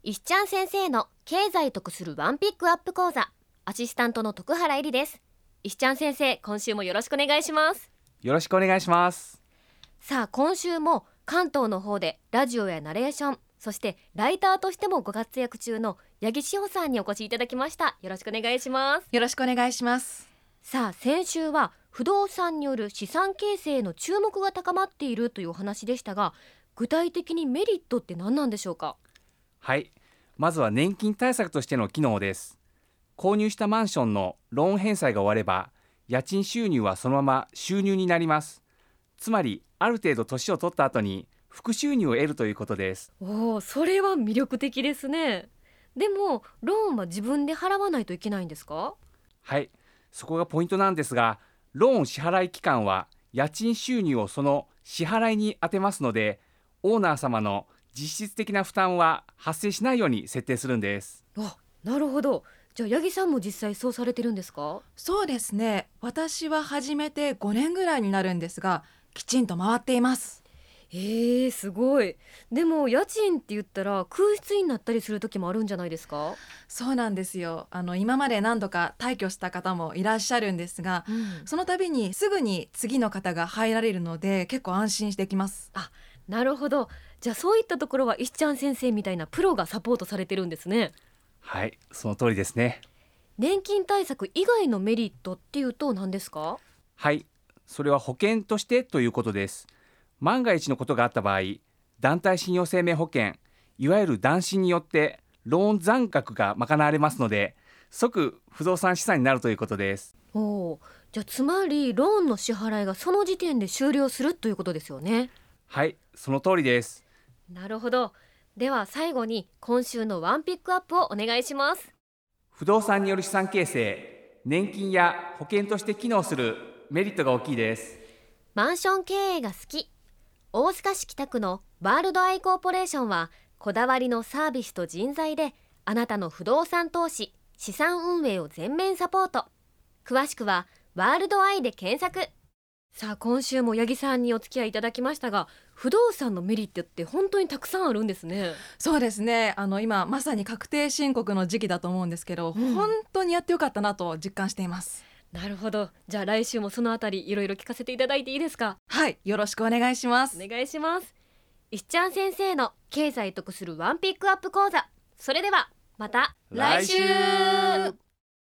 石ちゃん先生の経済得するワンピックアップ講座、アシスタントの徳原えりです。石ちゃん先生、今週もよろしくお願いします。 よろしくお願いします。 さあ、今週も関東の方でラジオやナレーション、そしてライターとしてもご活躍中の八木志保さんにお越しいただきました。よろしくお願いします。 よろしくお願いします。 さあ、先週は不動産による資産形成への注目が高まっているというお話でしたが、具体的にメリットって何なんでしょうか？ はい、まずは年金対策としての機能です。購入したマンションのローン返済が終われば、家賃収入はそのまま収入になります。つまりある程度年を取った後に副収入を得るということです。 おー、それは魅力的ですね。でもローンは自分で払わないといけないんですか？ はい、そこがポイントなんですが、ローン支払い期間は家賃収入をその支払いに充てますので、オーナー様の実質的な負担は発生しないように設定するんです。 あ、なるほど。じゃあ八木さんも実際そうされてるんですか？ そうですね、私は始めて5年ぐらいになるんですが、きちんと回っています。 すごい。でも家賃って言ったら空室になったりする時もあるんじゃないですか？ そうなんですよ。今まで何度か退去した方もいらっしゃるんですが、その度にすぐに次の方が入られるので結構安心してきます。 あ、なるほど。じゃあそういったところは石ちゃん先生みたいなプロがサポートされてるんですね。 はい、その通りですね。 年金対策以外のメリットっていうと何ですか？ はい、それは保険としてということです。万が一のことがあった場合、団体信用生命保険、いわゆる団信によってローン残額が賄われますので、即不動産資産になるということです。 おー、じゃあつまりローンの支払いがその時点で終了するということですよね。 はい、その通りです。 なるほど。では最後に今週のワンピックアップをお願いします。 不動産による資産形成、年金や保険として機能するメリットが大きいです。 マンション経営が好き、大須賀市北区のワールドアイコーポレーションは、こだわりのサービスと人材であなたの不動産投資、資産運営を全面サポート。詳しくはワールドアイで検索。さあ、今週も八木さんにお付き合いいただきましたが、不動産のメリットって本当にたくさんあるんですね。 そうですね、今まさに確定申告の時期だと思うんですけど、本当にやってよかったなと実感しています。 なるほど。じゃあ来週もそのあたりいろいろ聞かせていただいていいですか？ はい、よろしくお願いします。 お願いします。石ちゃん先生の経済得するワンピックアップ講座、それではまた来週。